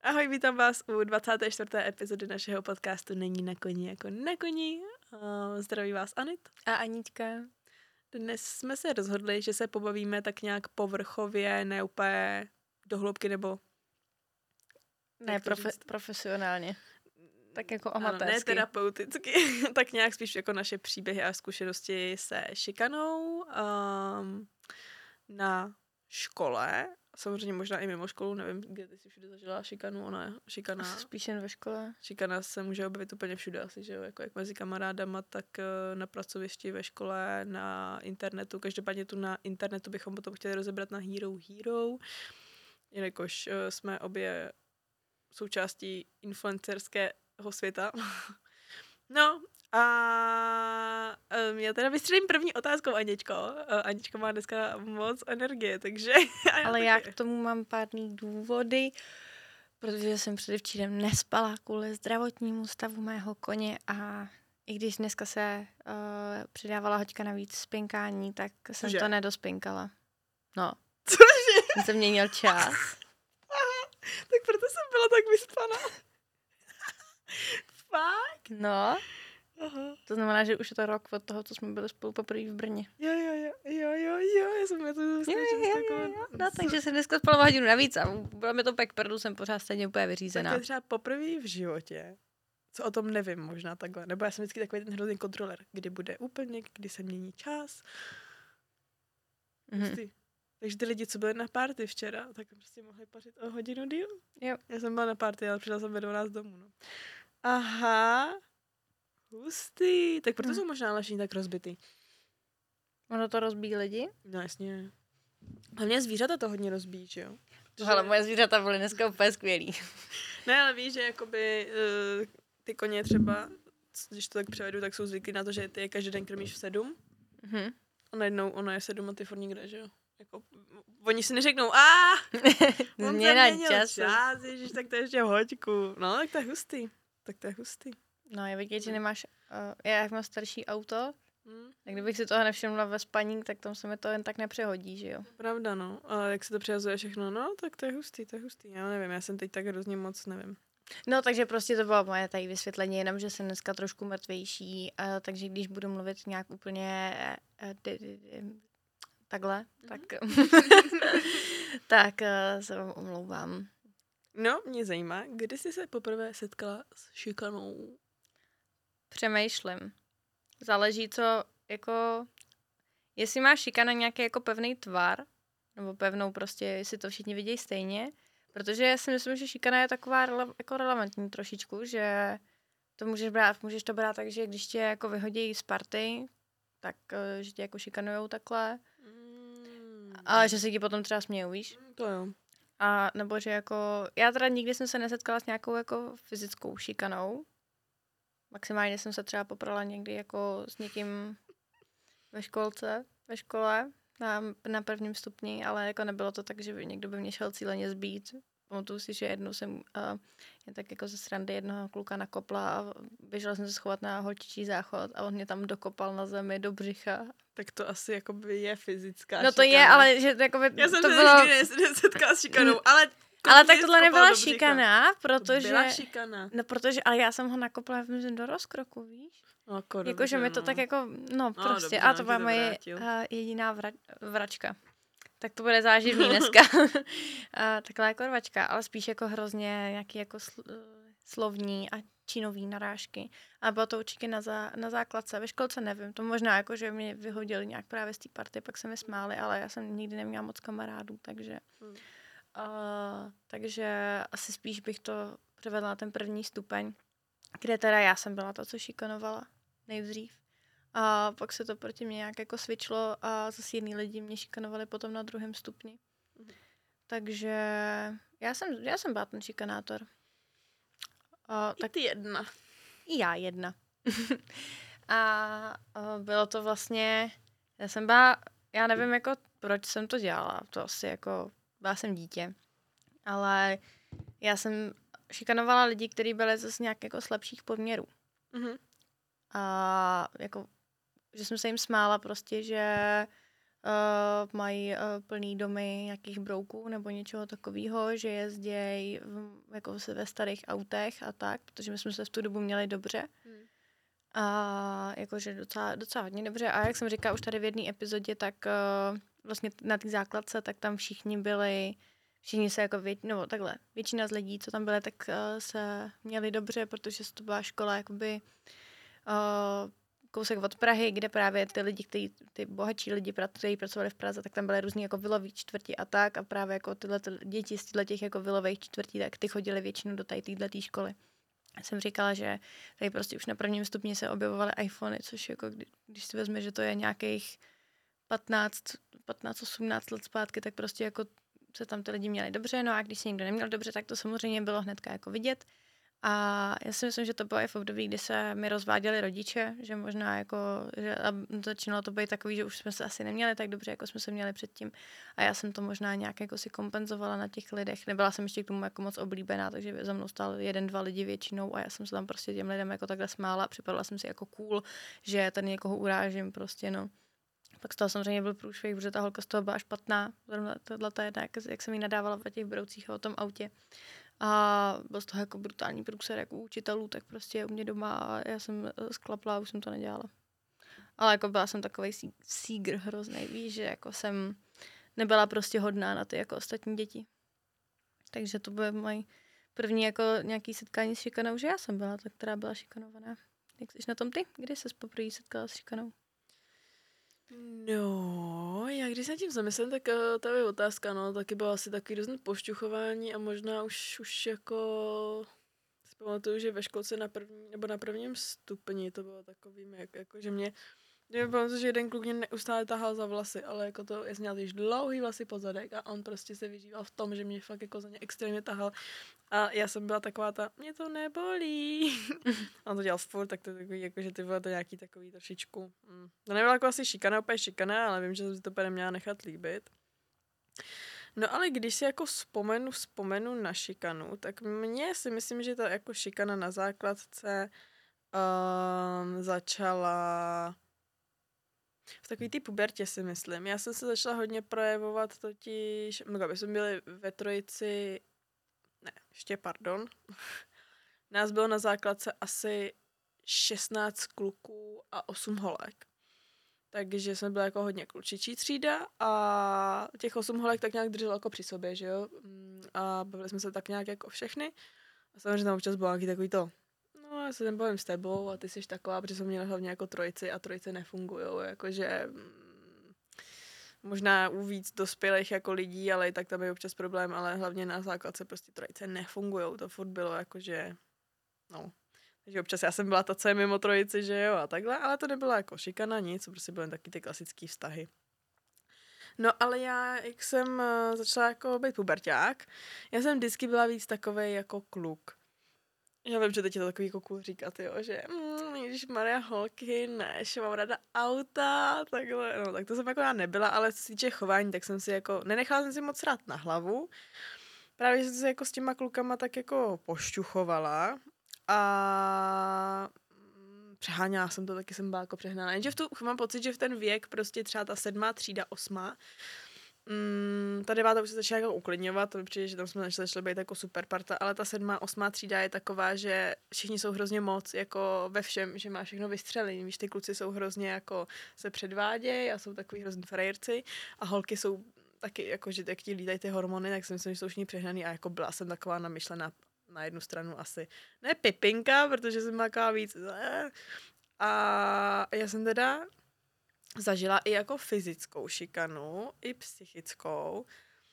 Ahoj, vítám vás u 24. epizody našeho podcastu Není na koni jako na koni. Zdraví vás Anit. A Anička. Dnes jsme se rozhodli, že se pobavíme tak nějak povrchově, ne úplně do hloubky, nebo... Ne, profesionálně. Tak jako ano, amatérsky. ne terapeuticky, tak nějak spíš jako naše příběhy a zkušenosti se šikanou na škole. Samozřejmě možná i mimo školu, nevím, kde ty jsi všude zažila šikanu, ona je šikana. Spíš jen ve škole. Šikana se může objevit úplně všude asi, že jo, jako jak mezi kamarádama, tak na pracovišti, ve škole, na internetu. Každopádně tu na internetu bychom potom chtěli rozebrat na Hero, jelikož jsme obě součástí influencerského světa. No a já teda vystřelím první otázkou, Aničko. Anička má dneska moc energie, takže... Ale já k tomu mám pár důvody, protože jsem předevčírem nespala kvůli zdravotnímu stavu mého koně a i když dneska se přidávala hoďka navíc spinkání, tak jsem to nedospinkala. No. Cože? Jsem měnil čas. Tak proto jsem byla tak vyspaná. Fakt? No. Aha. To znamená, že už je to rok od toho, co jsme byli spolu poprvé v Brně. Jo, já jsem to No, takže jsem dneska spala hodinu navíc a bylo mi to pak prdu, jsem pořád stejně úplně vyřízená. Tak je třeba poprvé v životě, co o tom nevím možná takhle, nebo já jsem vždycky takový ten hrozný kontroler, kdy bude úplněk, kdy se mění čas. Mm-hmm. Takže ty lidi, co byli na party včera, tak prostě mohli pařit o hodinu díl. Jo. Já jsem byla na party, ale přišla jsem ve 12 domů. No. Aha, hustý. Tak proto jsou možná lešení tak rozbitý. Ono to rozbíjí lidi? No jasně. Hlavně zvířata to hodně rozbíjí, že jo? Ale moje zvířata byly dneska úplně skvělý. Ne, ale víš, že jakoby ty koně třeba, když to tak převedu, tak jsou zvyklí na to, že ty je každý den krmíš v 7. Mhm. A najednou ono je 7 a ty furt nikde, že jo? Jako, oni si neřeknou, on změnil čas, ježiš, tak to je ještě hoďku. No, tak to je hustý. No, je vidět, že nemáš, já jak mám starší auto, tak kdybych si toho nevšimla ve spaní, tak tam se mi to jen tak nepřehodí, že jo? Pravda, no. Ale jak se to přehazuje všechno, no, tak to je hustý. Já nevím, já jsem teď tak hrozně moc, nevím. No, takže prostě to bylo moje tady vysvětlení, jenom, že jsem dneska trošku mrtvější, takže když budu mluvit nějak úplně takhle, tak se vám omlouvám. No, mě zajímá, kdy jsi se poprvé setkala s šikanou? Přemýšlím. Záleží, co jako... Jestli má šikana nějaký jako pevný tvar, nebo pevnou prostě, jestli to všichni vidějí stejně, protože já si myslím, že šikana je taková jako relevantní trošičku, že to můžeš to brát tak, že když tě jako vyhodí z party, tak že tě jako šikanujou takhle, ale že se ti potom třeba smějou, víš? To jo. A nebo že jako, já teda nikdy jsem se nesetkala s nějakou jako fyzickou šikanou. Maximálně jsem se třeba poprala někdy jako s někým ve škole, na prvním stupni, ale jako nebylo to tak, že by někdo by mě šel cíleně zbít. Pamatuju si, že jednou jsem jen tak jako ze srandy jednoho kluka nakopla a běžela jsem se schovat na holčičí záchod a on mě tam dokopal na zemi do břicha. Tak to asi jakoby je fyzická No to šikana. je, ale že jakoby, já jsem to se bylo... nikdy nesetkala s šikanou, ale tak tohle nebyla šikana, protože... Byla šikana. No protože, ale já jsem ho nakopla do rozkroku, víš? Jakože mi to tak jako, no prostě, dobře, a to byla moje jediná vračka. Tak to bude záživný dneska. Taková korvačka, ale spíš jako hrozně nějaký jako slovní a činový narážky. A bylo to určitě na základce. Ve školce nevím, to možná jako, že mě vyhodili nějak právě z té party, pak se mi smáli, ale já jsem nikdy neměla moc kamarádů, takže... Takže asi spíš bych to převedla na ten první stupeň, kde teda já jsem byla ta, co šikanovala nejdřív. A pak se to proti mě nějak jako switchlo a zase jiný lidi mě šikanovali potom na druhém stupni. Takže já jsem byla ten šikanátor. Tak ty jedna. I já jedna. A bylo to vlastně, já nevím jako, proč jsem to dělala, to asi jako, byla jsem dítě, ale já jsem šikanovala lidi, kteří byli zase nějak jako slabších poměrů. Mm-hmm. A jako, že jsem se jim smála prostě, že mají plný domy nějakých brouků nebo něčeho takového, že jezdějí jako ve starých autech a tak, protože my jsme se v tu dobu měli dobře. A jakože docela hodně dobře. A jak jsem říkala už tady v jedné epizodě, tak vlastně na té základce, tak tam všichni se jako většina z lidí, co tam byly, tak se měli dobře, protože to byla škola jakoby kousek od Prahy, kde právě ty lidi, ty bohatší lidi, kteří pracovali v Praze, tak tam byly různý jako vilový čtvrti a tak a právě jako tyhle děti z těch jako vilových čtvrtí, tak ty chodili většinou do této školy. Jsem říkala, že tady prostě už na prvním stupni se objevovaly iPhony, což jako když si vezme, že to je nějakých 15-18 let zpátky, tak prostě jako se tam ty lidi měli dobře, no a když se někdo neměl dobře, tak to samozřejmě bylo hnedka jako vidět. A já si myslím, že to bylo i v období, kdy se mi rozváděli rodiče, že možná jako, že začínalo to být takový, že už jsme se asi neměli tak dobře, jako jsme se měli předtím. A já jsem to možná nějak jako si kompenzovala na těch lidech. Nebyla jsem ještě k tomu jako moc oblíbená, takže za mnou stál 1-2 lidi většinou a já jsem se tam prostě těm lidem jako takhle smála a připadala jsem si jako cool, že tady někoho urážím prostě, no. Pak z toho samozřejmě byl průšvih, protože ta holka z toho byla špatná. Zrovna tohle jedna, jak jsem jí nadávala v těch broucích a o tom autě. A byl z toho jako brutální průser jako učitelů, tak prostě u mě doma a já jsem sklapla a už jsem to nedělala. Ale jako byla jsem takovej sígr hroznej, víš, že jako jsem nebyla prostě hodná na ty jako ostatní děti. Takže to bylo moje první jako nějaký setkání s šikanou, že já jsem byla ta, která byla šikanovaná. Jak jsi na tom ty? Kdy ses poprvé setkala s šikanou? No, já když se tím zamyslím, tak to je otázka, no, taky bylo asi takový různý pošťuchování a možná už jako si pamatuju, že ve školce na prvním stupni to bylo takovým, jako že mě pamatuju, že jeden kluk mě neustále tahal za vlasy, ale jako to, já jsem měla když dlouhý vlasy pod zadek a on prostě se vyžíval v tom, že mě fakt jako za ně extrémně tahal a já jsem byla taková mě to nebolí. A on to dělal furt, tak to je takový, jako, že ty bylo to nějaký takový trošičku. To nebyla jako asi úplně šikana, ale vím, že jsem si to úplně neměla nechat líbit. No ale když si jako vzpomenu na šikanu, tak mně si myslím, že ta jako šikana na základce začala v takový té pubertě, si myslím. Já jsem se začala hodně projevovat totiž, my jsme byli ve trojici, nás bylo na základce asi 16 kluků a 8 holek. Takže jsme byli jako hodně klučičí třída a těch 8 holek tak nějak drželo jako při sobě, že jo. A bavili jsme se tak nějak jako všechny. A samozřejmě tam občas bylo nějaký takový to, no já se nebavím s tebou a ty jsi taková, protože jsme měli hlavně jako trojici a trojice nefungujou, jakože možná u víc dospělých jako lidí, ale i tak tam je občas problém, ale hlavně na základce prostě trojice nefungujou, to furt bylo jakože, no. Takže občas já jsem byla ta, co je mimo trojici, že jo, a takhle, ale to nebyla jako šikana, nic, prostě byly taky ty klasický vztahy. No ale já, jak jsem začala jako být puberťák, já jsem vždycky byla víc takovej jako kluk. Já vím, že teď je to takový jako cool říkat, jo, že ježišmarja holky, ne, že mám ráda auta, takhle, no, tak to jsem jako já nebyla, ale co se týče chování, tak jsem si jako, nenechala jsem si moc rád na hlavu, právě jsem se jako s těma klukama tak jako pošťuchovala a přeháněla jsem to, taky jsem byla jako přehnaná, jenže mám pocit, že v ten věk prostě třeba ta 7. třída, 8. Ta 9. už se začala jako uklidňovat, to mi přijde, že tam jsme začali být jako super parta, ale ta 7., 8. třída je taková, že všichni jsou hrozně moc jako ve všem, že má všechno vystřelený, víš, ty kluci jsou hrozně jako se předvádějí a jsou takový hrozný frajerci a holky jsou taky jako, že jak ti lítají ty hormony, tak si myslím, že jsou všichni přehnaný a jako byla jsem taková namyšlená na jednu stranu asi, ne pipinka, protože jsem taková víc a já jsem teda zažila i jako fyzickou šikanu, i psychickou,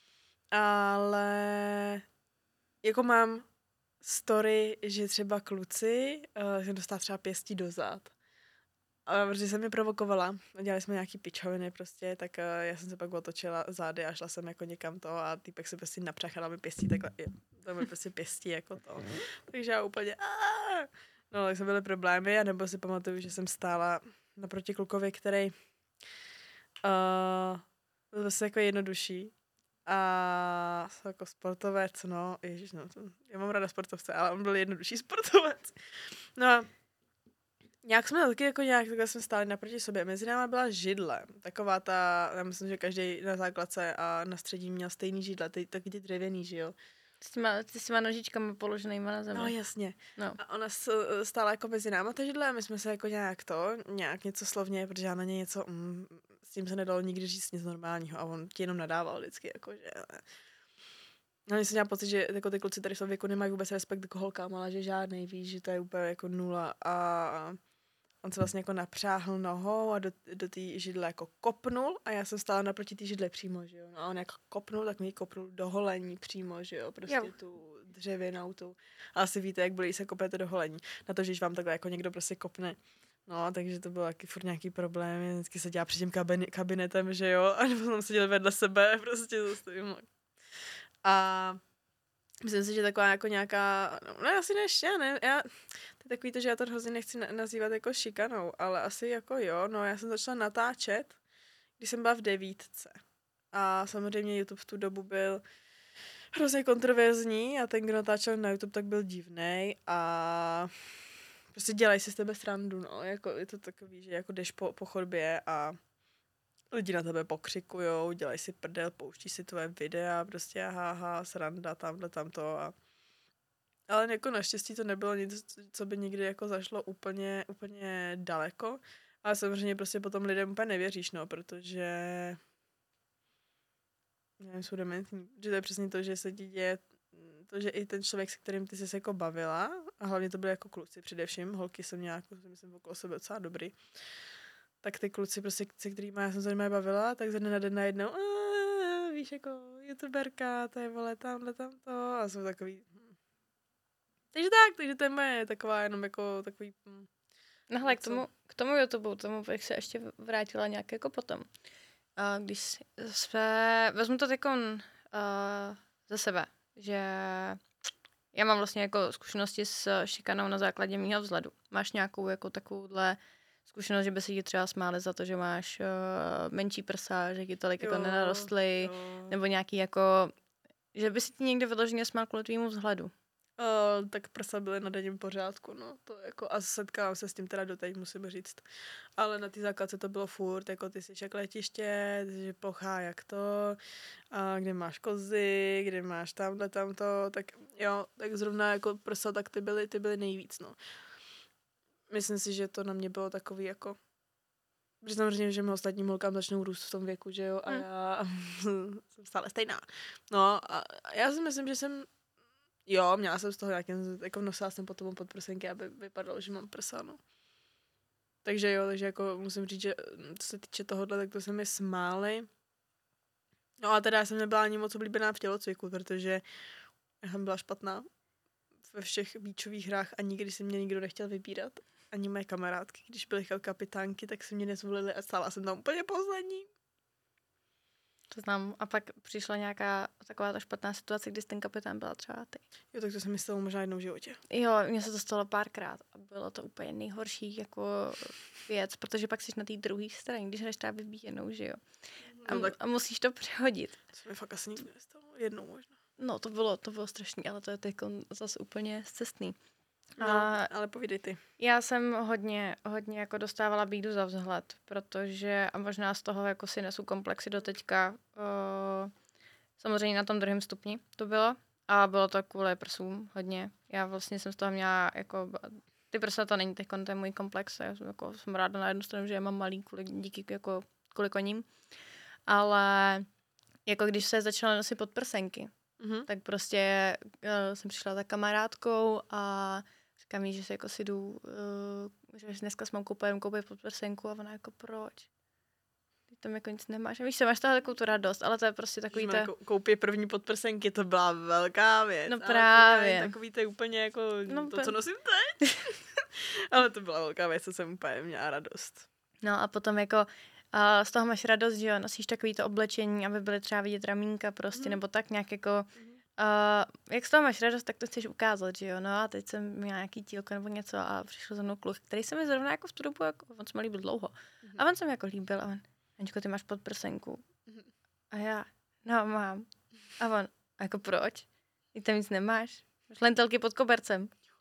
ale jako mám story, že třeba kluci jsem dostala třeba pěstí do zad. A protože jsem je provokovala, dělali jsme nějaký pičoviny prostě, tak já jsem se pak otočila zády a šla jsem jako někam to a týpek se prostě napřáchala mi pěstí, takhle, to mi prostě pěstí jako to. Takže já úplně no, tak jsme byly problémy, a nebo si pamatuju, že jsem stála naproti klukovi, který byl zase jako jednodušší a jako sportovec, no, ježiš, no, já mám ráda sportovce, ale on byl jednodušší sportovec. No Nějak jsme taky jako nějak takhle jsme stáli naproti sobě. Mezi náma byla židle. Taková ta, já myslím, že každý na základce a na střední měl stejný židle, taky ty dřevěný, že jo. S těma nožičkami položenýma na zemi. No jasně. No. A ona stála jako mezi náma ta židle a my jsme se jako nějak něco slovně, protože já na ně něco, s tím se nedalo nikdy říct nic normálního a on ti jenom nadával vždycky, jako že... No, já jsem měla pocit, že jako ty kluci tady v tom věku nemají vůbec respekt k holkám, ale že žádnej, víš, že to je úplně jako nula a on se vlastně jako napřáhl nohou a do té židle jako kopnul a já jsem stála naproti té židle přímo, že jo. No a on jako kopnul, tak mi kopnul do holení přímo, že jo, prostě jo. tu dřevěnou tu. A asi víte, jak bolí se kopete do holení. Na to, že když vám takhle jako někdo prostě kopne. No, takže to byl taky furt nějaký problém, vždycky se dělá před tím kabinetem, že jo, a nebo jsme seděli vedle sebe, prostě zastavím. A myslím si, že taková jako nějaká, no asi než, já ne, to je takový to, že já to hrozně nechci nazývat jako šikanou, ale asi jako jo, no já jsem začala natáčet, když jsem byla v 9. A samozřejmě YouTube v tu dobu byl hrozně kontroverzní a ten, kdo natáčel na YouTube, tak byl divnej a prostě dělají si z tebe srandu, no, jako je to takový, že jako jdeš po chodbě a lidi na tebe pokřikujou, dělají si prdel, pouští si tvoje videa, prostě haha, sranda, tamhle, tamto a... Ale jako naštěstí to nebylo nic, co by nikdy jako zašlo úplně daleko. Ale samozřejmě prostě potom lidem úplně nevěříš, no, protože... Nevím, jsou dementní. Že to je přesně to, že se ti děje to, že i ten člověk, se kterým ty jsi se jako bavila, a hlavně to byly jako kluci především, holky jsem nějak, myslím, okolo sebe docela dobrý, tak ty kluci, prostě, se kterýma já jsem se bavila, tak ze dne na den najednou, víš, jako youtuberka, to je vole, tamhle, tamto, a jsou takový. Takže to je moje taková jenom jako takový. No hele, k tomu YouTube, tomu bych se ještě vrátila nějak jako potom. Když vezmu to takon za sebe, že já mám vlastně jako zkušenosti s šikanou na základě mýho vzhledu. Máš nějakou jako takovouhle zkušenost, že by si ti třeba smáli za to, že máš menší prsa, že ti tolik jako nenarostly, nebo nějaký jako, že by si ti někde vyloženě smál kvůli tvýmu vzhledu? Tak prsa byly na denním pořádku, no, to jako, a setkávám se s tím teda doteď, musím říct. Ale na té základce to bylo furt, jako ty jsi jak letiště, ty jsi plochá jak to, a kde máš kozy, kde máš tamhle, tamto, tak jo, tak zrovna jako prsa, tak ty byly nejvíc, no. Myslím si, že to na mě bylo takový jako, protože samozřejmě, že my ostatním holkám začnou růst v tom věku, že jo, a já jsem stále stejná. No a já si myslím, že jsem jo, měla jsem z toho nějaký, jako nosila jsem potom podprsenky, aby vypadalo, že mám prsa, no. Takže jo, takže jako musím říct, že co se týče tohohle, tak to se mi smáli. No a teda já jsem nebyla ani moc oblíbená v tělocviku, protože já jsem byla špatná ve všech beachových hrách a nikdy si mě nikdo nechtěl vybírat. Ani moje kamarádky, když byly kapitánky, tak si mě nezvolili a stála jsem tam úplně poslední. To znám. A pak přišla nějaká taková ta špatná situace, kdy ten kapitán byla třeba ty. Jo, tak to se mi stalo možná jednou v životě. Jo, mně se to stalo párkrát a bylo to úplně nejhorší jako věc, protože pak jsi na té druhé straně, když jdeš třeba vybíjenou, že jo. A musíš to přehodit. To se mi fakt asi nikdy nestalo, jednou možná. No, to bylo strašný, ale to je teď zase úplně zcestný. No, ale povídej ty. Já jsem hodně jako dostávala bídu za vzhled, protože a možná z toho jako si nesu komplexy do teďka. Samozřejmě na tom druhém stupni to bylo a bylo to kvůli prsům hodně. Já vlastně jsem z toho měla jako, ty prsa to není teď, to je můj komplex. Já jsem ráda na jednu stranu, že já mám malý kvůli koním, ale jako když se začala nosit podprsenky, tak prostě jsem přišla za kamarádkou a říkám jí, že se jako si jdu, že dneska jsme koupit podprsenku a ona jako proč? Ty tam jako nic nemáš. A víš, máš toho takovou tu radost, ale to je prostě takový to... Jako koupě první podprsenky, to byla velká věc. No právě. Takový to je úplně jako to, co nosím teď. Ale to byla velká věc, co jsem úplně měla radost. No a potom jako z toho máš radost, že jo, nosíš takový to oblečení, aby byly třeba vidět ramínka prostě, nebo tak nějak jako... jak z toho máš radost, tak to chceš ukázat, že jo, no a teď jsem měla nějaký tílko nebo něco a přišel za mnou kluk, který se mi zrovna jako v tu dobu, jako, on se mi líbil dlouho. A on se mi jako líbil a on, Aničko, ty máš podprsenku. A já, no mám. A on, a jako proč? Ty tam nic nemáš? Máš lentilky pod kobercem.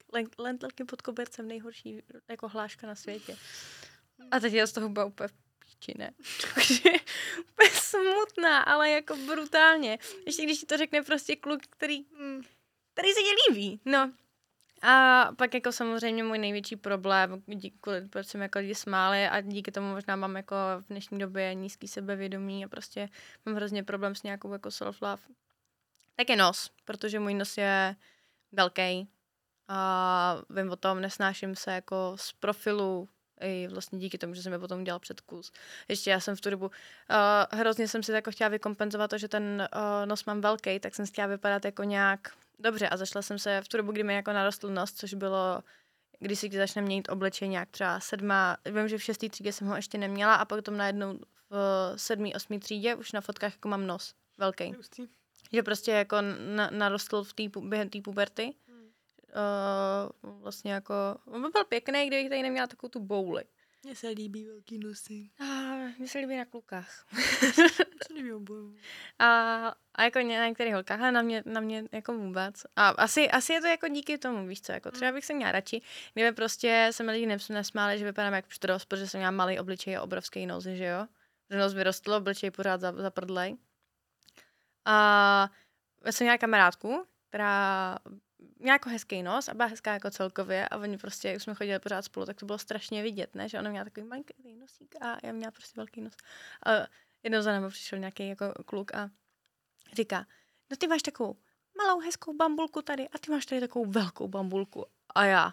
lentilky pod kobercem, nejhorší jako hláška na světě. A teď je z toho byla úplně v píči, ne? Takže úplně smutná, ale jako brutálně. Ještě když ti to řekne prostě kluk, který se ti líbí, no. A pak jako samozřejmě můj největší problém, proč jsem jako lidi smáli a díky tomu možná mám jako v dnešní době nízký sebevědomí a prostě mám hrozně problém s nějakou jako self-love. Tak je nos, protože můj nos je velký a vím o tom, nesnáším se jako z profilu i vlastně díky tomu, že jsem je potom udělal předkus. Ještě já jsem v tu dobu hrozně jsem si jako chtěla vykompenzovat to, že ten nos mám velký, tak jsem chtěla vypadat jako nějak dobře a zašla jsem se v tu dobu, kdy mi jako narostl nos, což bylo, když si začne měnit obličej nějak třeba 7. Vím, že v 6. třídě jsem ho ještě neměla a potom najednou v 7. 8. třídě už na fotkách jako mám nos velký. Že prostě jako narostl během té puberty. Vlastně jako, on by byl pěkný, kdybych tady neměla takovou tu bouli. Mně se líbí velký nosy. Mně se líbí na klukách. Mně se líbí oboje. A jako na některých holkách, ale na mě jako vůbec. A asi je to jako díky tomu, víš co, jako třeba bych se měla radši, kdyby prostě se mi lidi nesmáli, že vypadám jak pštros, protože jsem měla malý obličej a obrovský nos, že jo? Že nos vyrostl, obličej pořád zaprdlej. A já jsem měla kamarádku, která měla jako hezký nos a byla hezká jako celkově a oni prostě, jak jsme chodili pořád spolu, tak to bylo strašně vidět, ne? Že ona měla takový malinký nosík a já měla prostě velký nos. A jednou za námi přišel nějaký jako kluk a říká, no ty máš takovou malou hezkou bambulku tady a ty máš tady takovou velkou bambulku. A já.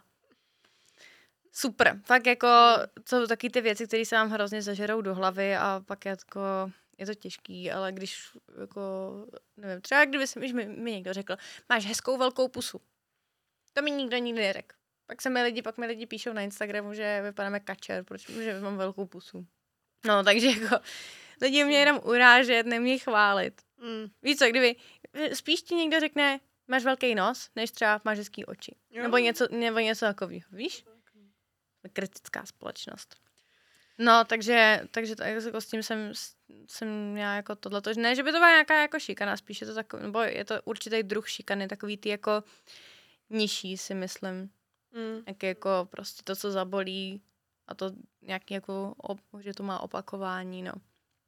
Super. Fakt jako, jsou taky ty věci, které se vám hrozně zažerou do hlavy a pak je to těžký, ale když jako, nevím, třeba kdyby mi někdo řekl, máš hezkou velkou pusu. To mi nikdo nikdy neřekl. Pak mi lidi píšou na Instagramu, že vypadáme kačer, protože mám velkou pusu. No, takže jako lidi mě jenom urážet, nemě chválit. Víš co, kdyby spíš ti někdo řekne, máš velký nos, než třeba máš hezký oči. Nebo něco takového, víš? Kritická společnost. No, takže jako s tím jsem měla jako tohleto. Ne, že by to byla nějaká jako šikana, spíš je to takový, nebo je to určitý druh šikany, takový ty jako nižší, si myslím. Jak jako prostě to, co zabolí a to nějaký jako, že to má opakování, no.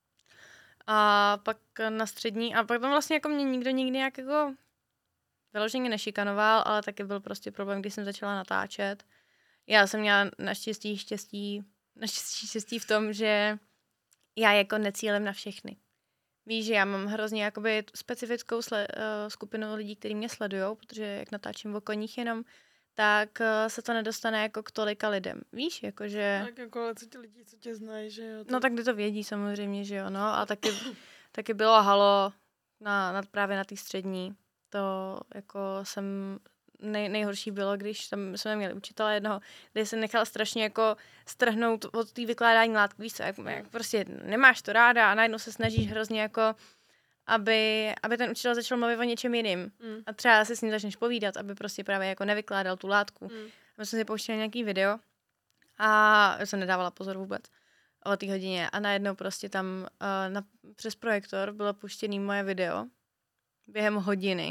A pak na střední, a pak tam vlastně jako mě nikdo nikdy nějak jako vyloženě nešikanoval, ale taky byl prostě problém, když jsem začala natáčet. Já jsem měla naštěstí štěstí v tom, že já jako necílím na všechny. Víš, že já mám hrozně jakoby specifickou skupinu lidí, kteří mě sledujou, protože jak natáčím o koních jenom, tak se to nedostane jako k tolika lidem. Víš, jakože... Tak jako, ale co ti lidi, co tě znají, že jo? No tak kdy to vědí samozřejmě, že jo, no. A taky bylo halo právě na té střední. To jako jsem... Nejhorší bylo, když tam jsme měli učitele jednoho, kde se nechal strašně jako strhnout od té vykládání látky, víš co, jak prostě nemáš to ráda a najednou se snažíš hrozně jako, aby ten učitel začal mluvit o něčem jiným. A třeba se s ním začneš povídat, aby prostě právě jako nevykládal tu látku. My jsme si pouštěli nějaký video a já jsem nedávala pozor vůbec o té hodině a najednou prostě tam přes projektor bylo puštěný moje video během hodiny.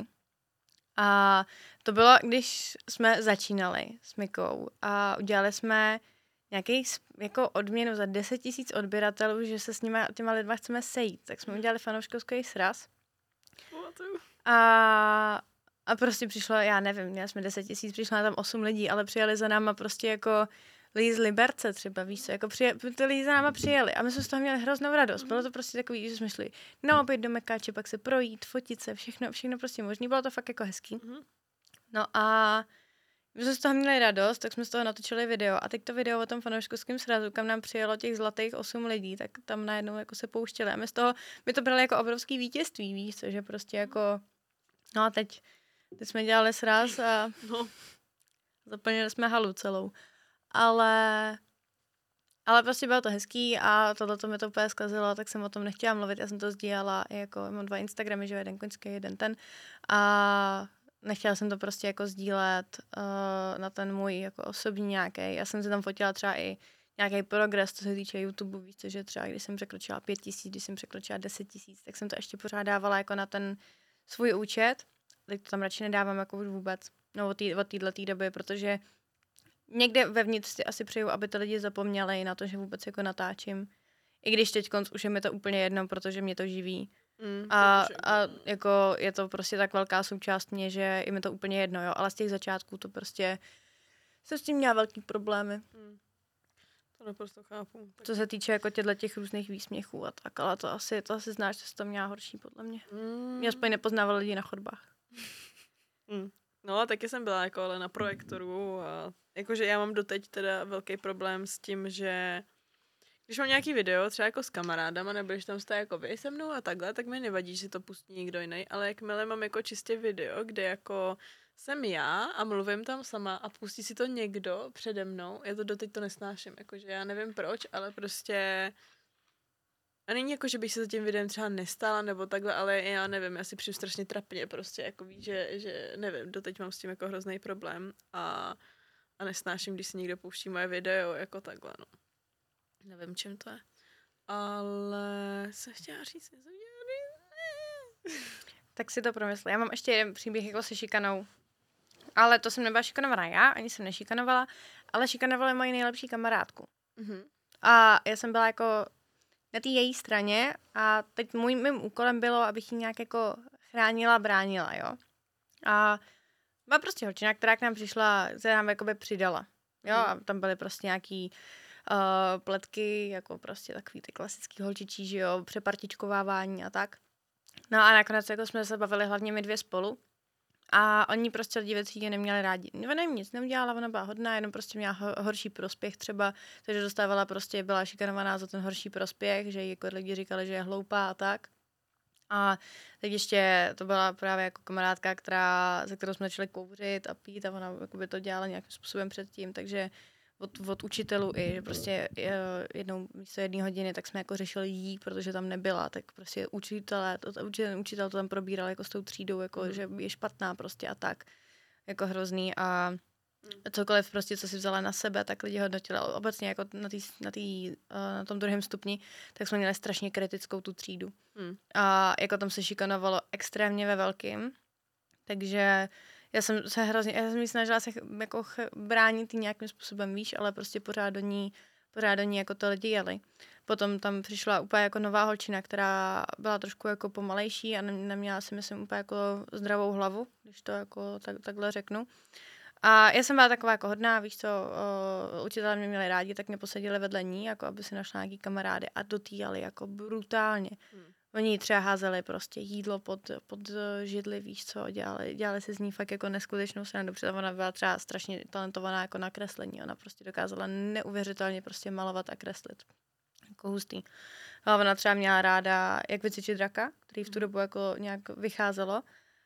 A to bylo, když jsme začínali s Mikou a udělali jsme nějaký jako odměnu za 10 000 odběratelů, že se s těma lidma chceme sejít. Tak jsme udělali fanouškovský sraz. A prostě přišlo, já nevím, měli jsme 10 000, přišlo tam 8 lidí, ale přijeli za náma prostě jako lidi z Liberce třeba, víš co, jako ty lidi za náma přijeli a my jsme z toho měli hroznou radost. Bylo to prostě takový, že jsme šli na oběd do Mekáče, pak se projít, fotit se, všechno prostě možný. Bylo to fakt jako hezký. No a my jsme z toho měli radost, tak jsme z toho natočili video a teď to video o tom fanouškovském srazu, kam nám přijelo těch zlatých 8 lidí, tak tam najednou jako se pouštěli a my to brali jako obrovský vítězství, víš co, že prostě jako, no a teď jsme dělali sraz a zaplnili jsme halu celou. Ale prostě bylo to hezký a tohleto mi to úplně zkazilo, tak jsem o tom nechtěla mluvit. Já jsem to sdílela, jako mám 2 Instagramy, že jeden koňský, jeden ten. A nechtěla jsem to prostě jako sdílet na ten můj jako osobní nějaký. Já jsem si tam fotila třeba i nějaký progres, co se týče YouTube, víte, že třeba když jsem překročila 5 000, když jsem překročila 10 000, tak jsem to ještě pořád dávala jako na ten svůj účet. Teď to tam radši nedávám jako už vůbec. No od této doby, protože někde vevnitř si asi přeju, aby ty lidi zapomněli na to, že vůbec jako natáčím. I když teď už je mi to úplně jedno, protože mě to živí. A jako je to prostě tak velká součást mě, že je mi to úplně jedno, jo. Ale z těch začátků to prostě jsem s tím měla velký problémy. To naprosto chápu. Co se týče jako těch různých výsměchů a tak, ale to asi znáš, že jsi to měla horší podle mě. Mě aspoň nepoznával lidi na chodbách. No, taky jsem byla jako ale na projektoru a jakože já mám doteď teda velký problém s tím, že když mám nějaký video, třeba jako s kamarádama, nebo když tam jste jako vy se mnou a takhle, tak mi nevadí, že to pustí někdo jiný, ale jakmile mám jako čistě video, kde jako jsem já a mluvím tam sama a pustí si to někdo přede mnou, já to doteď to nesnáším, jakože já nevím proč, ale prostě a není jako, že bych se za tím videem třeba nestála nebo takhle, ale já nevím, já si přijdu strašně trapně prostě, jako víš, že nevím, doteď mám s tím jako hrozný problém a nesnáším, když si někdo pouští moje video jako takhle, no. Nevím, čím to je. Ale co chtěla říct? Tak si to promysl. Já mám ještě jeden příběh jako se šikanou. Ale to jsem nebyla šikanovaná já, ani jsem nešikanovala, ale šikanovala moji nejlepší kamarádku. A já jsem byla jako na té její straně a teď mým úkolem bylo, abych ji nějak jako chránila, bránila, jo. A byla prostě holčina, která k nám přišla, se nám jakoby přidala. Jo, a tam byly prostě nějaký pletky, jako prostě takový ty klasický holčičí, že jo, přepartičkovávání a tak. No a nakonec jako jsme se bavili hlavně my dvě spolu. A oni prostě lidi ve třídě neměli rádi. Ona jim nic neudělala, ona byla hodná, jenom prostě měla horší prospěch třeba, takže dostávala prostě, byla šikanovaná za ten horší prospěch, že jí jako lidi říkali, že je hloupá a tak. A teď ještě to byla právě jako kamarádka, se kterou jsme začali kouřit a pít a ona by to dělala nějakým způsobem předtím, takže od učitelů i, že prostě jednou místo 1 hodiny, tak jsme jako řešili jí, protože tam nebyla, tak prostě učitel to tam probíral jako s tou třídou, jako že je špatná prostě a tak, jako hrozný a cokoliv prostě, co si vzala na sebe, tak lidi hodnotili obecně jako na tom 2. stupni, tak jsme měli strašně kritickou tu třídu. A jako tam se šikanovalo extrémně ve velkým, takže já jsem jí snažila se jako bránit nějakým způsobem, víš, ale prostě pořád do ní jako to lidi jeli. Potom tam přišla úplně jako nová holčina, která byla trošku jako pomalejší a neměla si myslím úplně jako zdravou hlavu, když to jako takhle řeknu. A já jsem byla taková jako hodná, víš co, učitelé mě měli rádi, tak mě posadili vedle ní, jako aby si našla nějaký kamarády a dotýjali jako brutálně. Oni třeba házeli prostě jídlo pod židli, víš co, dělali si z ní fakt jako neskutečnou srandu, protože ona byla třeba strašně talentovaná jako na kreslení, ona prostě dokázala neuvěřitelně prostě malovat a kreslit. Jako hustý. A ona třeba měla ráda Jak vycvičit draka, který v tu dobu jako nějak vycházelo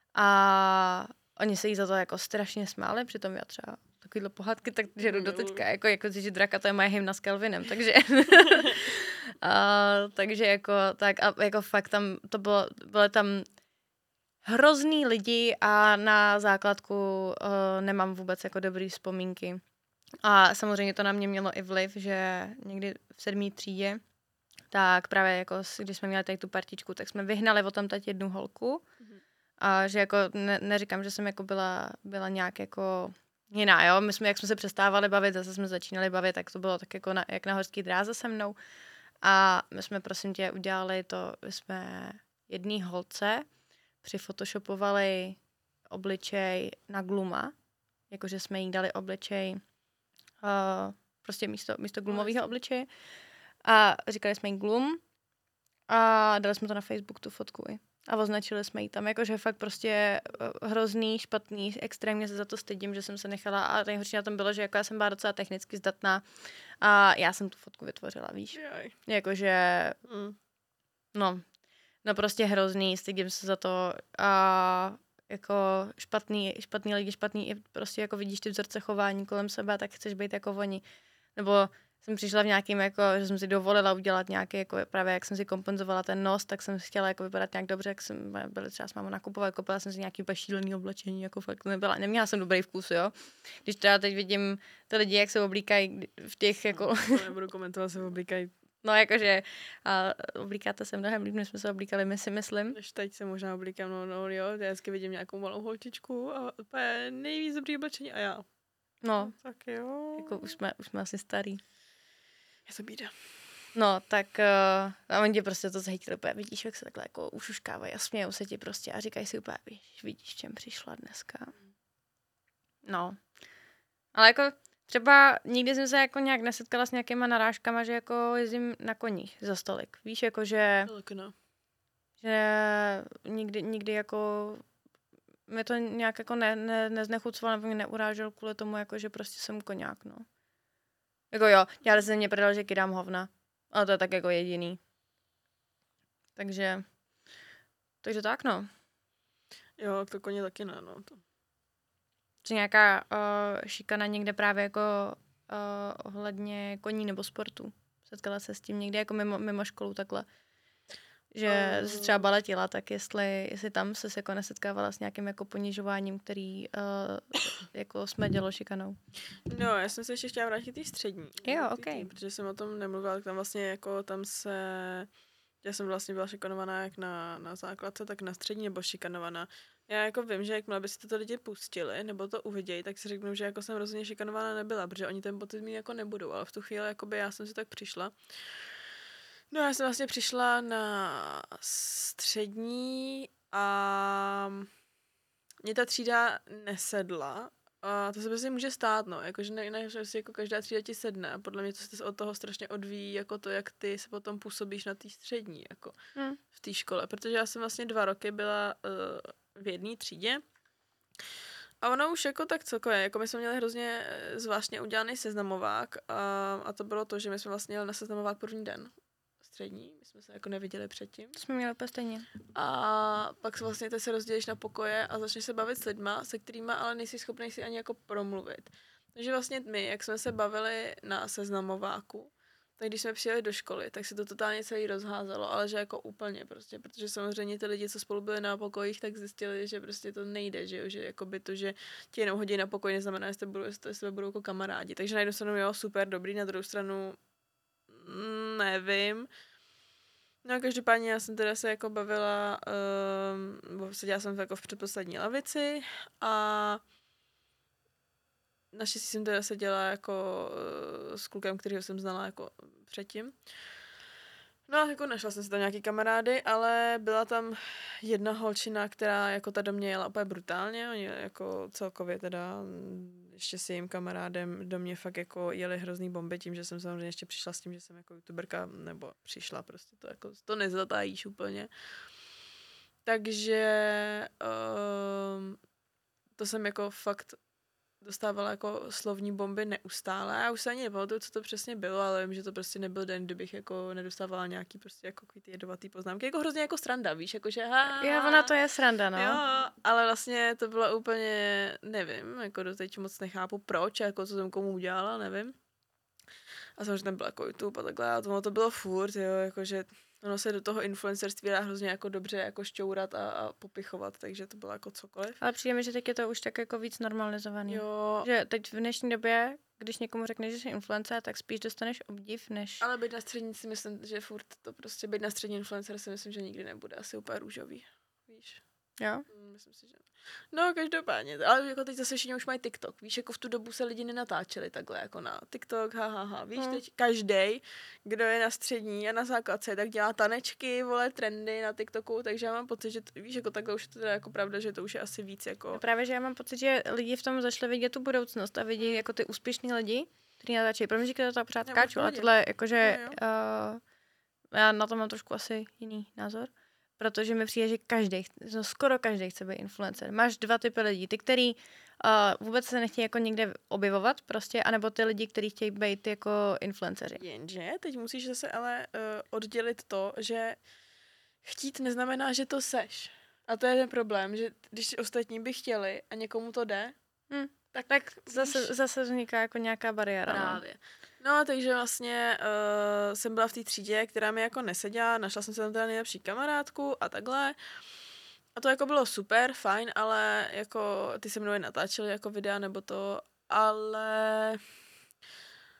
a oni se jí za to jako strašně smáli, přitom já třeba takovýhle pohádky, tak žeru do teďka, jako vycvičit draka, to je moje hymna s Kelvinem, takže takže jako tak a jako fakt tam to byly tam hrozný lidi a na základku nemám vůbec jako dobrý vzpomínky. A samozřejmě to na mě mělo i vliv, že někdy v 7. třídě, tak právě jako když jsme měli tady tu partičku, tak jsme vyhnali o tam teď 1 holku. A že jako neříkám, že jsem jako byla nějak jako jiná, jo. My jsme, jak jsme se přestávali bavit, zase jsme začínali bavit, tak to bylo tak jako jak na horský dráze se mnou. A my jsme, prosím tě, udělali to, my jsme 1 holce přifotoshopovali obličej na Gluma, jakože jsme jí dali obličej prostě místo glumového obličeje. A říkali jsme jí Glum a dali jsme to na Facebook, tu fotku i. A označili jsme jí tam, jakože fakt prostě hrozný, špatný, extrémně se za to stydím, že jsem se nechala a nejhorší na tom bylo, že jako já jsem byla docela technicky zdatná a já jsem tu fotku vytvořila, víš. Jakože, no prostě hrozný, stydím se za to a jako špatný lidi, špatný, prostě jako vidíš ty vzorce chování kolem sebe, tak chceš být jako oni. Nebo jsem přišla v nějakým, jako, že jsem si dovolila udělat nějaký, jako právě jak jsem si kompenzovala ten nos, tak jsem chtěla jako vypadat nějak dobře, jak jsem byla třeba s mámou nakupovat, koupila jsem si nějaký šílený oblečení, jako fakt neměla jsem dobrý vkus, jo. Když teda teď vidím ty lidi, jak se oblíkají v těch, jako... To nebudu komentovat, se oblíkají No jakože oblíkáte se mnohem líp, než jsme se oblíkali, my si myslím. Než teď se možná oblíkám, no jo, já vždycky vidím nějakou malou holčičku a úplně nejvíc dobrý oblečení a já. No, Tak jo. jako už jsme asi starý. Je to bída. No, tak a oni tě prostě to zhejtili úplně, vidíš, jak se takhle jako ušuškávají a smějou se ti prostě a říkají si úplně, vidíš, čem přišla dneska. No. Ale jako třeba nikdy jsem se jako nějak nesetkala s nějakýma narážkama, že jako jezdím na koních za stolik. Víš, jako že nikdy jako mě to nějak jako neznechucovalo nebo mě neurážel kvůli tomu, jako že prostě jsem koňák, no. Jako jo, dělali se mě prdel, že kydám hovna. Ale to je tak jako jediný. Takže tak, no. Jo, to koně taky ne, no. To. Co nějaká šikana někde právě jako ohledně koní nebo sportu? Setkala se s tím někdy jako mimo školu takhle? Že jsi třeba baletila, tak jestli tam se jako nesetkávala s nějakým jako ponižováním, který jako smrdělo šikanou. No, já jsem se ještě chtěla vrátit té střední. Jo, ok. Protože jsem o tom nemluvila, tak tam vlastně jako já jsem vlastně byla šikanovaná jak na základce, tak na střední nebo šikanovaná. Já jako vím, že jakmile by si to lidi pustili, nebo to uvidějí, tak si řeknu, že jako jsem rozhodně šikanovaná nebyla, protože oni ten pocit mít jako nebudou, ale v tu chvíli jakoby já jsem si tak přišla. No já jsem vlastně přišla na střední a mě ta třída nesedla. A to se prostě může stát, no, jakože ne, že jako každá třída ti sedne a podle mě to se od toho strašně odvíjí, jako to, jak ty se potom působíš na té střední, jako v té škole, protože já jsem vlastně 2 roky byla v jedné třídě a ono už jako tak celkově, jako my jsme měli hrozně zvláštně udělaný seznamovák a to bylo to, že my jsme vlastně jeli na seznamovák první den střední, my jsme se jako neviděli předtím. To jsme měli úplně stejně. A pak vlastně ty se rozdělíš na pokoje a začneš se bavit s lidma, se kterýma ale nejsi schopný si ani jako promluvit. Takže vlastně my, jak jsme se bavili na seznamováku, tak když jsme přijeli do školy, tak se to totálně celý rozházelo, ale že jako úplně prostě, protože samozřejmě ty lidi, co spolu byli na pokojích, tak zjistili, že prostě to nejde, že jo, že jakoby to, že ti jenom hodí na pokoj, neznamená, že jste budou jako kamarádi. Takže na jednu stranu jo, super, dobrý, na druhou stranu nevím. No každopádně já jsem teda se jako bavila, seděla jsem jako v předposlední lavici a naštěstí jsem teda seděla jako s klukem, kterýho jsem znala jako předtím. No a jako našla jsem si tam nějaký kamarády, ale byla tam jedna holčina, která jako ta do mě jela úplně brutálně, oni jako celkově teda ještě s jejím kamarádem do mě fakt jako jeli hrozný bomby tím, že jsem samozřejmě ještě přišla s tím, že jsem jako youtuberka, nebo přišla prostě to jako, to nezatajíš úplně. Takže to jsem jako fakt dostávala jako slovní bomby neustále. Já už se ani nepamatuju, co to přesně bylo, ale vím, že to prostě nebyl den, kdybych jako nedostávala nějaký prostě jako ty jedovatý poznámky. Jako hrozně jako sranda, víš, jakože Jo, ona to je sranda, no. Jo, ale vlastně to bylo úplně, nevím, jako doteď moc nechápu proč, jako co jsem komu udělala, nevím. A samozřejmě tam byl jako YouTube a takhle, a to bylo furt, jo, jakože ono se do toho influencerství dá hrozně jako dobře jako šťourat a popichovat, takže to bylo jako cokoliv. Ale přijde mi, že teď je to už tak jako víc normalizovaný. Jo. Že teď v dnešní době, když někomu řekneš, že jsi influencer, tak spíš dostaneš obdiv, než... Ale být na střední si myslím, že furt to prostě, být na střední influencer si myslím, že nikdy nebude asi úplně růžový, víš. Jo? Myslím si, že no, každopádně, ale jako teď zase všichni už mají TikTok, víš, jako v tu dobu se lidi nenatáčeli takhle, jako na TikTok, víš, teď každej, kdo je na střední a na základce, tak dělá tanečky, vole, trendy na TikToku, takže já mám pocit, že víš, jako takhle už je to teda jako pravda, že to už je asi víc, jako... No právě, že já mám pocit, že lidi v tom zašli vidět tu budoucnost a vidí jako ty úspěšní lidi, kteří natáčejí, pro mě říkají to pořád skáču, ale tohle, jakože, já na to mám trošku asi jiný názor. Protože mi přijde, že skoro každý chce být influencer. Máš 2 typy lidí. Ty, který vůbec se nechtějí jako někde objevovat prostě, anebo ty lidi, kteří chtějí být jako influenceři. Jenže teď musíš zase ale oddělit to, že chtít neznamená, že to seš. A to je ten problém, že když ostatní by chtěli a někomu to jde, tak zase vzniká jako nějaká bariéra. Právě. No, takže vlastně jsem byla v té třídě, která mi jako neseděla, našla jsem se tam teda nejlepší kamarádku a takhle. A to jako bylo super, fajn, ale jako ty se mnou natáčely jako videa nebo to, ale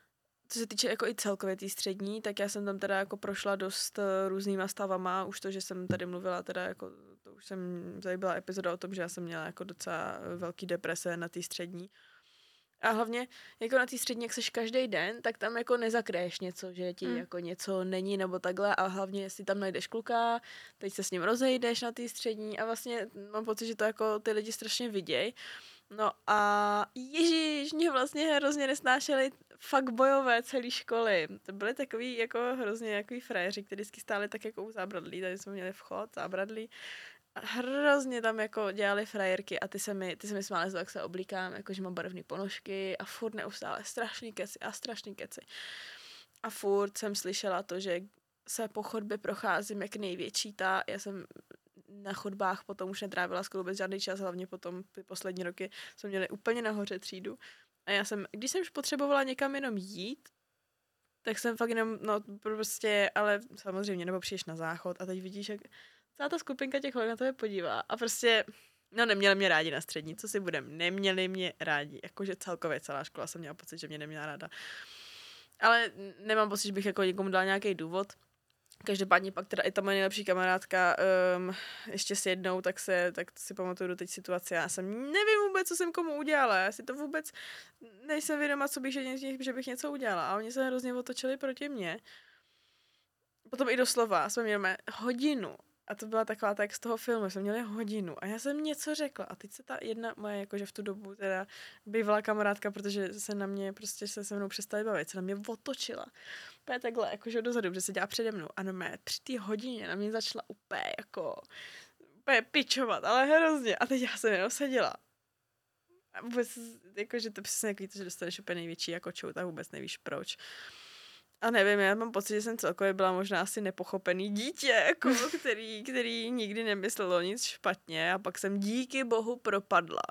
co se týče jako i celkově té střední, tak já jsem tam teda jako prošla dost různýma stavama, už to, že jsem tady mluvila teda jako, to už jsem, tady byla epizoda o tom, že já jsem měla jako docela velký deprese na té střední. A hlavně jako na té střední, jak seš každý den, tak tam jako nezakryješ něco, že ti jako něco není nebo takhle a hlavně jestli tam najdeš kluka, teď se s ním rozejdeš na té střední a vlastně mám pocit, že to jako ty lidi strašně viděj. No a ježíš, mě vlastně hrozně nesnášeli fakt bojové celé školy. To byly takový jako hrozně jaký frajeři, kteří vždycky stáli tak jako u zábradlí, tady jsme měli vchod, zábradlí. A hrozně tam jako dělali frajerky a ty se mi smály z toho, jak se oblíkám, jako že mám barevné ponožky a furt neustále strašný keci. A furt jsem slyšela to, že se po chodbě procházím jak největší já jsem na chodbách potom už netrávila skoro vůbec žádný čas, hlavně potom ty poslední roky jsme měli úplně nahoře třídu. A když jsem už potřebovala někam jenom jít, tak jsem fakt jenom, no prostě, ale samozřejmě, nebo přijdeš na záchod a teď vidíš, jak celá ta skupinka těch holek na tebe podívá a prostě, no neměli mě rádi na střední, co si budem, neměli mě rádi, jakože celkově celá škola jsem měla pocit, že mě neměla ráda. Ale nemám pocit, že bych jako někomu dal nějaký důvod. Každopádně pak teda i ta moje nejlepší kamarádka ještě s jednou, tak si pamatuju do teď situace. Já jsem nevím vůbec, co jsem komu udělala. Já si to vůbec nejsem vědoma, že bych něco udělala. A oni se hrozně otočili proti mně. Potom i doslova jsme měli hodinu. A to byla taková tak z toho filmu, jsme měli hodinu. A já jsem něco řekla. A teď se ta jedna moje, jakože v tu dobu teda bývalá kamarádka, protože se na mě prostě se mnou přestali bavit, se na mě otočila. Úplně takhle, jakože dozadu, protože se dělá přede mnou. A no při té hodině na mě začala úplně pičovat, ale hrozně. A teď já jsem jenom seděla. A vůbec, jakože to přesně jako to, že dostaneš úplně největší jako čout a vůbec nevíš proč. A nevím, já mám pocit, že jsem celkově byla možná asi nepochopený dítě, jako, který nikdy nemyslelo nic špatně a pak jsem díky bohu propadla.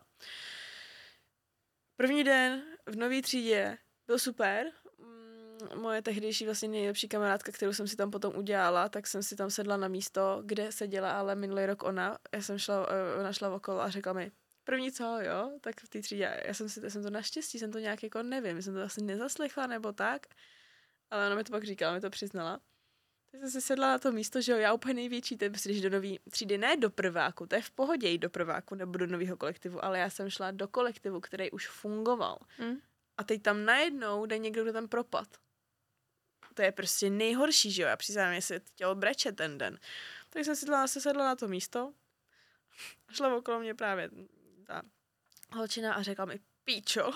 První den v nový třídě byl super. Moje tehdejší vlastně nejlepší kamarádka, kterou jsem si tam potom udělala, tak jsem si tam sedla na místo, kde seděla ale minulý rok ona. Ona šla okolo a řekla mi, první co, jo, tak v té třídě. Já jsem to naštěstí, jsem to nějak jako nevím, jsem to asi nezaslechla nebo tak. Ale ona mi to pak říkala, mi to přiznala. Tak jsem se sedla na to místo, že jo, já úplně největší, to je prostě, když do nový třídy, ne do prváku, to je v pohodě jít do prváku nebo do nového kolektivu, ale já jsem šla do kolektivu, který už fungoval. A teď tam najednou jde někdo, kdo tam propad. To je prostě nejhorší, že jo, já přiznám, jestli tělo breče ten den. Tak jsem se sedla na to místo a šla okolo mě právě ta holčina a řekla mi, píčo.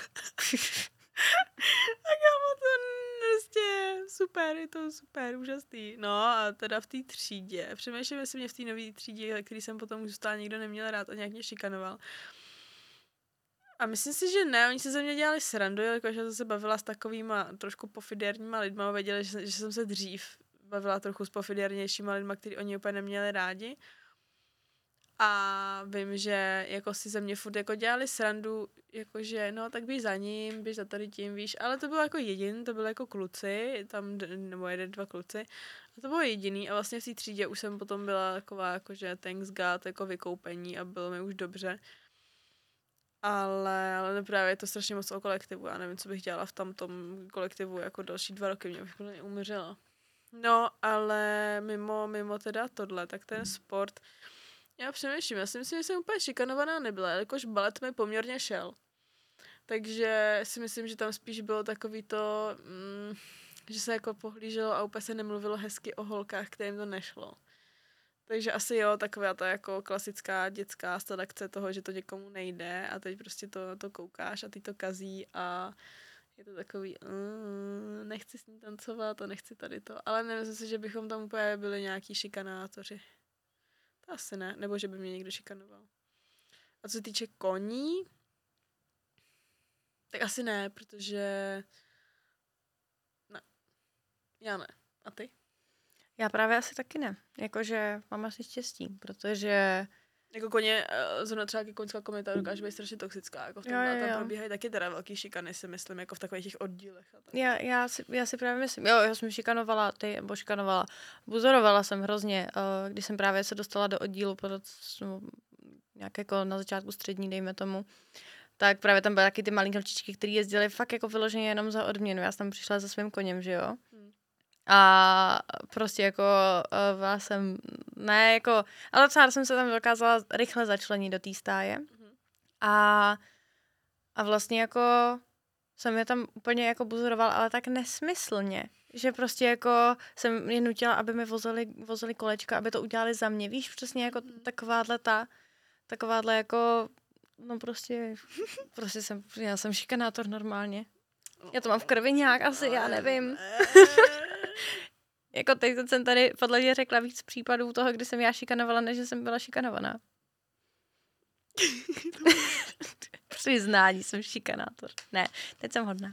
Tak já mu to prostě super, je to super, úžasný. No a teda v té třídě, přemýšlím, jestli mě v té nové třídě, který jsem potom zůstala, nikdo neměl rád a nějak mě šikanoval. A myslím si, že ne, oni se ze mě dělali srandu, jelikož já jsem se bavila s takovýma trošku pofiderníma lidma, věděli, že jsem se dřív bavila trochu s pofidernějšíma lidma, který oni úplně neměli rádi. A vím, že jako si ze mě furt jako dělali srandu, jakože no tak běž za ním, běž za tady tím, víš, ale to bylo jako jediný, to byly jako kluci, tam nebo 1-2 kluci a to bylo jediný a vlastně v té třídě už jsem potom byla taková jakože thanks God, jako vykoupení a bylo mi už dobře. Ale právě je to strašně moc o kolektivu, já nevím, co bych dělala v tamtom kolektivu jako další 2 roky, mě bych úplně umřela. No, ale mimo teda tohle, tak ten sport. Já přemýšlím, já si myslím, že jsem úplně šikanovaná nebyla, jelikož balet mi poměrně šel. Takže si myslím, že tam spíš bylo takový to, že se jako pohlíželo a úplně se nemluvilo hezky o holkách, kterým to nešlo. Takže asi jo, taková ta jako klasická dětská stadakce toho, že to někomu nejde a teď prostě to koukáš a ty to kazí a je to takový, nechci s ní tancovat a nechci tady to. Ale nemyslím si, že bychom tam úplně byli nějaký šikanátoři. To asi ne, nebo že by mě někdo šikanoval. A co se týče koní, tak asi ne, protože ne. Já ne. A ty? Já právě asi taky ne. Jakože mám asi štěstí, protože... Jako koně, zrovna třeba koňská komunita dokáže být strašně toxická. Jako v tom tam probíhají taky teda velký šikany, si myslím, jako v takových těch oddílech. A tak. Já si právě myslím, já jsem šikanovala, buzorovala jsem hrozně, když jsem právě se dostala do oddílu, nějak jako na začátku střední, dejme tomu, tak právě tam byly taky ty malý holčičky, které jezdily fakt jako vyloženě jenom za odměnu. Já jsem tam přišla se svým koněm, že jo. A prostě jako byla jsem, ne jako, ale docela jsem se tam dokázala rychle začlenit do té stáje. A vlastně jako jsem je tam úplně jako buzoroval, ale tak nesmyslně, že prostě jako jsem je nutila, aby mi vozili kolečka, aby to udělali za mě, víš, přesně jako takováhle jako, no prostě já jsem šikanátor normálně. Já to mám v krvi nějak asi, já nevím. Jako teď jsem tady podle mě řekla víc případů toho, kdy jsem já šikanovala, než že jsem byla šikanovaná. Přiznání, jsem šikanátor. Ne, teď jsem hodná.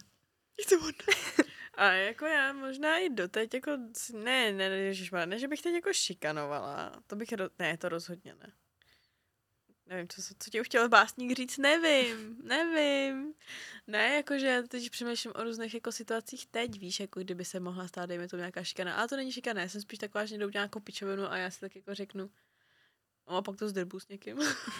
A jako já možná i doteď, jako, ne, ježišmar, ne, že bych teď jako šikanovala, to bych, ne, to rozhodně ne. Nevím, co ti už chtěl básník říct, nevím. Ne, jakože teď přemýšlím o různých jako situacích teď, víš, jako kdyby se mohla stát, dejme tomu nějaká šikana, ale to není šikana, já jsem spíš taková, že jdou nějakou pičovinu a já si tak jako řeknu, no a pak to zdrbu s někým.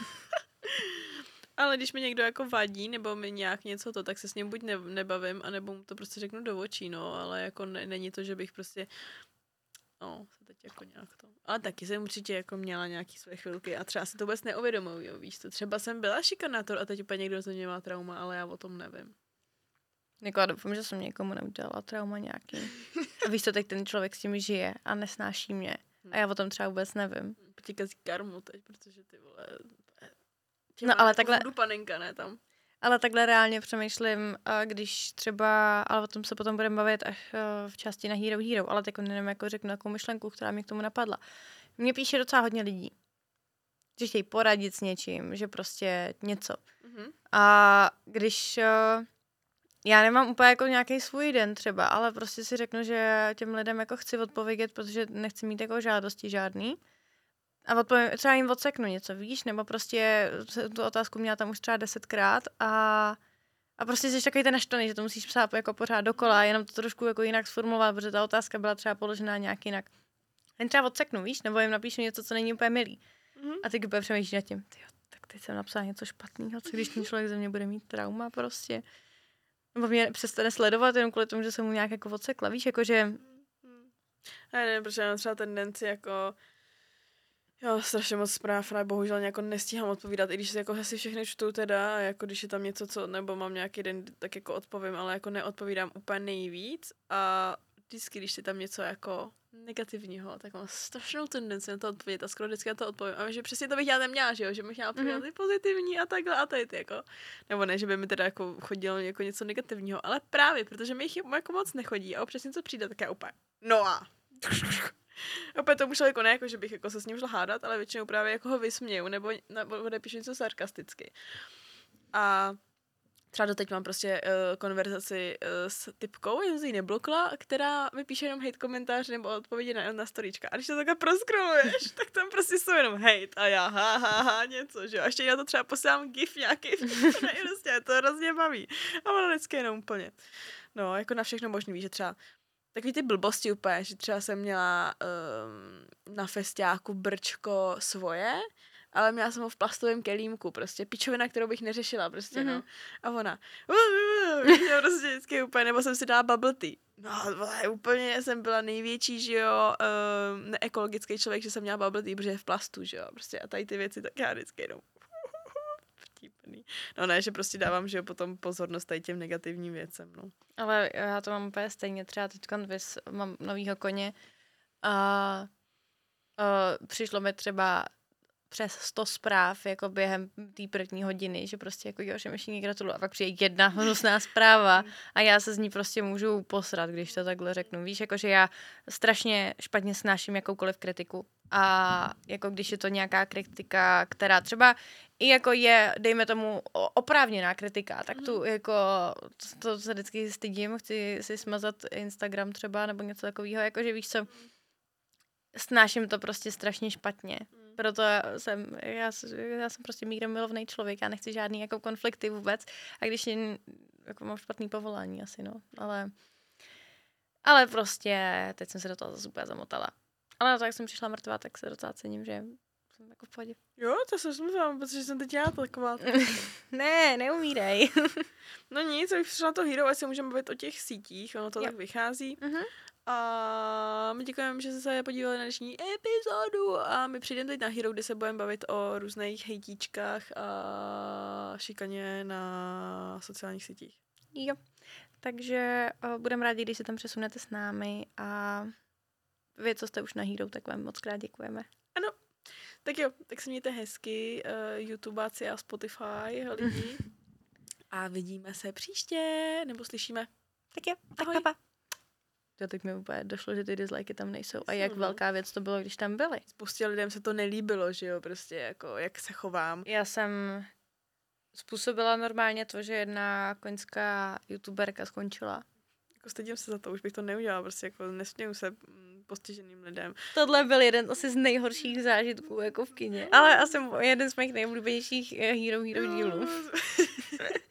Ale když mi někdo jako vadí, nebo mi nějak něco to, tak se s ním buď nebavím, anebo mu to prostě řeknu do očí, no, ale jako není to, že bych prostě, no, se teď jako nějak to. Ale taky jsem určitě jako měla nějaký své chvilky a třeba si to vůbec neuvědomuji, víš to. Třeba jsem byla šikanátor a teď úplně někdo ze mě má trauma, ale já o tom nevím. Jako já doufám, že jsem někomu neudělala trauma nějaký. A víš to, teď ten člověk s tím žije a nesnáší mě. A já o tom třeba vůbec nevím. Ti kazí karmu teď, protože ty vole... No ale jako takhle... panenka, ne, tam. Ale takhle reálně přemýšlím, když třeba, ale o tom se potom budeme bavit až v části na Hero, ale tak nevím, jako řeknu takovou myšlenku, která mě k tomu napadla. Mně píše docela hodně lidí, že chtějí poradit s něčím, že prostě něco. Mm-hmm. A když já nemám úplně jako nějaký svůj den třeba, ale prostě si řeknu, že těm lidem jako chci odpovědět, protože nechci mít jako žádosti žádný. A odpovím, třeba jim odseknu něco, víš, nebo prostě tu otázku měla tam už třeba 10krát a prostě jsi takový ten naštvaný, že to musíš psát jako pořád dokola, jenom to trošku jako jinak sformulovat, protože ta otázka byla třeba položená nějak jinak. Jen třeba odseknu, víš, nebo jim napíšu něco, co není úplně milý. Mm-hmm. A ty úplně přemýšlíš nad tím, tyjo, tak teď jsem napsala něco špatného, co když ten člověk ze mě bude mít trauma prostě. Nebo mě přestane sledovat jenom kvůli tomu, že jsem mu nějak jako odsekla, víš, jakože... Já nevím, protože já mám třeba tendenci jako... Jo, strašně moc zpráv, ale bohužel jako nestíhám odpovídat, i když si jako asi všechny čtu teda, a jako když je tam něco, co, nebo mám nějaký den, tak jako odpovím, ale jako neodpovídám úplně nejvíc a vždycky, když si tam něco jako negativního, tak mám strašnou tendenci na to odpovědět a skoro vždycky na to odpovím. A že přesně to bych já neměla, že jo, že bych měla odpovědět i pozitivní a takhle a tady jako. Nebo ne, že by mi teda jako chodilo jako něco negativního, ale právě, protože mi jich jako moc nechodí a občas něco přijde, tak já úplně, no a... Opět to musel jako ne, jako že bych jako se s ním šla hádat, ale většinou právě jako ho vysměju, nebo odepíšu něco sarkasticky. A třeba doteď mám prostě konverzaci s typkou, jsem si ji neblokla, která mi píše jenom hate komentář nebo odpovědi na storíčka. A když to takhle proskroluješ, tak tam prostě jsou jenom hate a já něco, že jo. A ještě na to třeba posílám gif nějaký, prostě to hrozně baví. A ono vždycky jenom úplně. No, jako na všechno možný, víš, že třeba takový ty blbosti úplně, že třeba jsem měla na festiáku brčko svoje, ale měla jsem ho v plastovém kelímku, prostě pičovina, kterou bych neřešila, prostě, no. A ona, prostě vždycky úplně, nebo jsem si dala bubble tea. No, úplně jsem byla největší, že jo, neekologický člověk, že jsem měla bubble tea, protože je v plastu, že jo, prostě a tady ty věci, tak já vždycky jenom vtipný. No ne, že prostě dávám, že jo, potom pozornost tady těm negativním věcem, no. Ale já to mám úplně stejně, třeba teď mám novýho koně a přišlo mi třeba přes 100 zpráv jako během té první hodiny, že prostě jako jo, že mi všichni gratuluju a pak přijde jedna hnusná zpráva a já se z ní prostě můžu posrat, když to takhle řeknu. Víš, jakože já strašně špatně snáším jakoukoliv kritiku a jako když je to nějaká kritika, která třeba i jako je, dejme tomu, oprávněná kritika, tak tu jako, to se vždycky stydím, chci si smazat Instagram třeba nebo něco takového, jakože víš co, snáším to prostě strašně špatně. Proto já jsem prostě mírumilovný člověk, já nechci žádný jako konflikty vůbec. A když jako mám špatný povolání asi, no. Ale prostě teď jsem se do toho zase úplně zamotala. Ale tak jsem přišla mrtvá, tak se docela cením, že jsem jako v pohodě. Jo, to se smívám, protože jsem teď já taková. Ne, neumírej. No nic, bych přišla na to Hero, ať se můžeme bavit o těch sítích, ono to tak vychází. A my děkujeme, že jste se podívali na dnešní epizodu a my přijdeme teď na Hero, kde se budeme bavit o různých hejtíčkách a šikaně na sociálních sítích. Jo, takže budeme rádi, když se tam přesunete s námi a vy, co jste už na Hero, tak vám moc krát děkujeme. Ano, tak jo, tak se mějte hezky, YouTubáci a Spotify lidi. A vidíme se příště, nebo slyšíme. Tak jo, tak papa. Jo, teď mi úplně došlo, že ty dislikey tam nejsou. A jak velká věc to bylo, když tam byly. Spoustě lidem se to nelíbilo, že jo, prostě jako, jak se chovám. Já jsem způsobila normálně to, že jedna koňská youtuberka skončila. Jako stydím se za to, už bych to neudělala, prostě jako nesměju se postiženým lidem. Tohle byl jeden asi z nejhorších zážitků jako v kině. Ale asi jeden z mých nejoblíbenějších Hero dílů.